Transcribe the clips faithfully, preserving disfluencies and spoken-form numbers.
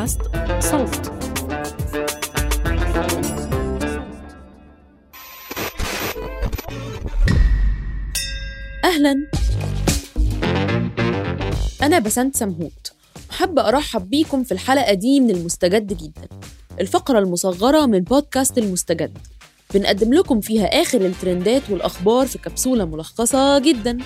بودكاست صوت. أهلاً، أنا بسنت سمهوت، حابة أرحب بيكم في الحلقة دي من المستجد جداً، الفقرة المصغرة من بودكاست المستجد. بنقدم لكم فيها آخر الترندات والأخبار في كبسولة ملخصة جداً.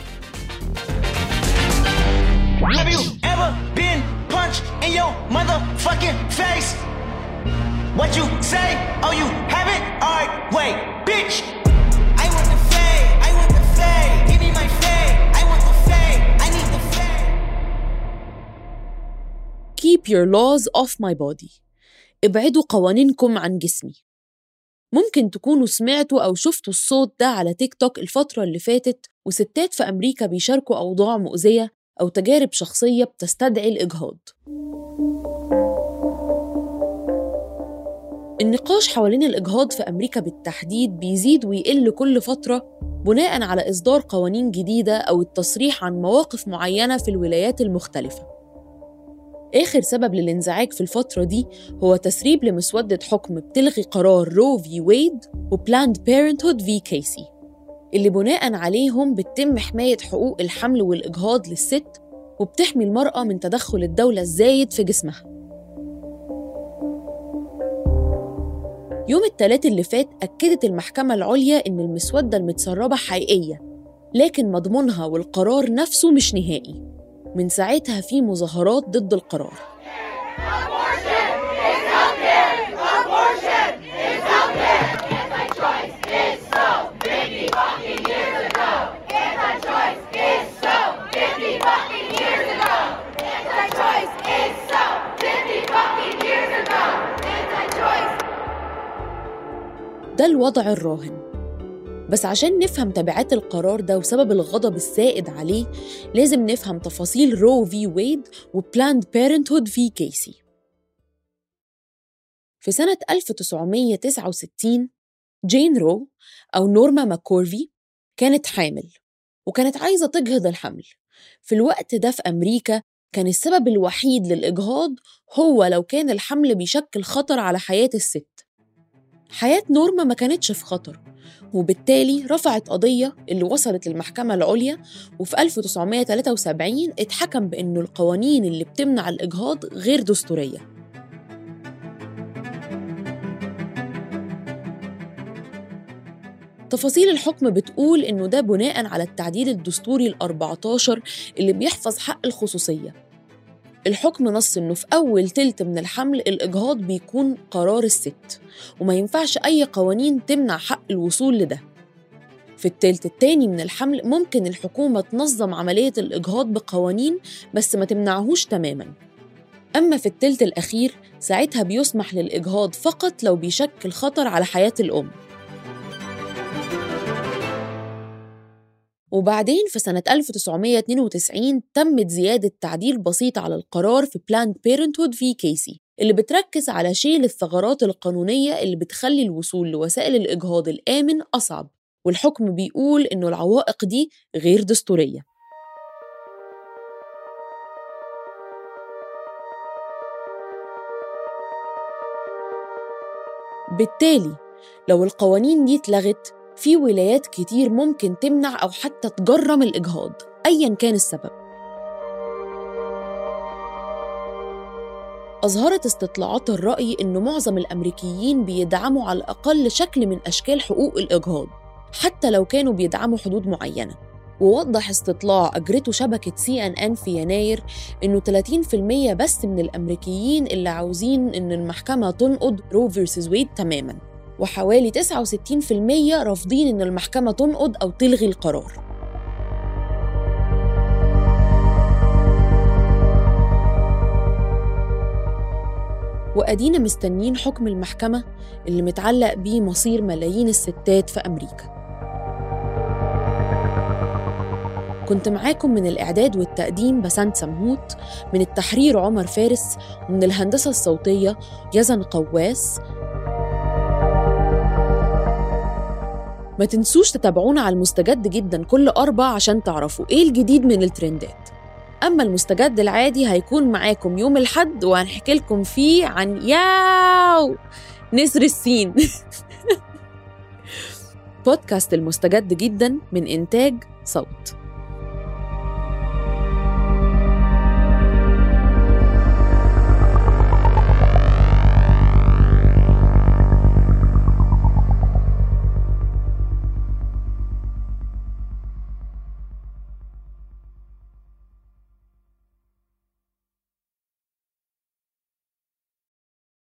Have you ever been punched in your motherfucking face? What you say? Oh, you haven't? Alright, wait, bitch. I want the fade, I want the fade. Give me my fade, I want the fade, I need the fade. Keep your laws off my body. ابعدوا قوانينكم عن جسمي. ممكن تكونوا سمعتوا أو شفتوا الصوت ده على تيك توك الفترة اللي فاتت، وستات في أمريكا بيشاركوا أوضاع مؤذية أو تجارب شخصية بتستدعي الإجهاض. النقاش حوالين الإجهاض في أمريكا بالتحديد بيزيد ويقل كل فترة بناءً على إصدار قوانين جديدة أو التصريح عن مواقف معينة في الولايات المختلفة. آخر سبب للانزعاج في الفترة دي هو تسريب لمسودة حكم بتلغي قرار رو في ويد وبلاند بيرنتهود في كيسي، اللي بناءً عليهم بتتم حماية حقوق الحمل والإجهاض للست وبتحمي المرأة من تدخل الدولة الزايد في جسمها. يوم الثلاث اللي فات أكدت المحكمة العليا إن المسودة المتسربة حقيقية، لكن مضمونها والقرار نفسه مش نهائي. من ساعتها في مظاهرات ضد القرار. ده الوضع الراهن. بس عشان نفهم تبعات القرار ده وسبب الغضب السائد عليه، لازم نفهم تفاصيل رو في ويد وبلاند بيرنتهود في كيسي. في سنة ألف وتسعمية وتسعة وستين جين رو أو نورما ماكورفي كانت حامل وكانت عايزة تجهض الحمل. في الوقت ده في أمريكا كان السبب الوحيد للإجهاض هو لو كان الحمل بيشكل خطر على حياة الست. حياة نورما ما كانتش في خطر، وبالتالي رفعت قضية اللي وصلت للمحكمة العليا، وفي ألف وتسعمية وتلاتة وسبعين اتحكم بأنه القوانين اللي بتمنع الإجهاض غير دستورية. تفاصيل الحكم بتقول إنه ده بناءً على التعديل الدستوري الأربعتاشر اللي بيحفظ حق الخصوصية. الحكم نص إنه في أول تلت من الحمل الإجهاض بيكون قرار الست، وما ينفعش أي قوانين تمنع حق الوصول لده. في التلت التاني من الحمل ممكن الحكومة تنظم عملية الإجهاض بقوانين بس ما تمنعهوش تماماً. أما في التلت الأخير ساعتها بيسمح للإجهاض فقط لو بيشكل خطر على حياة الأم. وبعدين في سنة ألف وتسعمية واتنين وتسعين تمت زيادة تعديل بسيط على القرار في بلاند بيرنتهود في كيسي، اللي بتركز على شيل الثغرات القانونية اللي بتخلي الوصول لوسائل الإجهاض الآمن أصعب، والحكم بيقول إنه العوائق دي غير دستورية. بالتالي لو القوانين دي اتلغت، في ولايات كتير ممكن تمنع أو حتى تجرم الإجهاض أياً كان السبب. أظهرت استطلاعات الرأي إنه معظم الأمريكيين بيدعموا على الأقل شكل من أشكال حقوق الإجهاض، حتى لو كانوا بيدعموا حدود معينة. ووضح استطلاع أجرته شبكة سي إن إن في يناير إنه ثلاثين بالمية بس من الأمريكيين اللي عاوزين إن المحكمة تنقض رو فيرسز ويد تماماً، وحوالي تسعة وستين بالمية رافضين إن المحكمة تنقض أو تلغي القرار. وأدينا مستنين حكم المحكمة اللي متعلق بيه مصير ملايين الستات في أمريكا. كنت معاكم من الإعداد والتقديم بسنت سمهوت، من التحرير عمر فارس، ومن الهندسة الصوتية يزن قواس. ما تنسوش تتابعونا على المستجد جدا كل أربع عشان تعرفوا إيه الجديد من الترندات. أما المستجد العادي هيكون معاكم يوم الأحد، وهنحكي لكم فيه عن ياو نسر السين. بودكاست المستجد جدا من إنتاج صوت.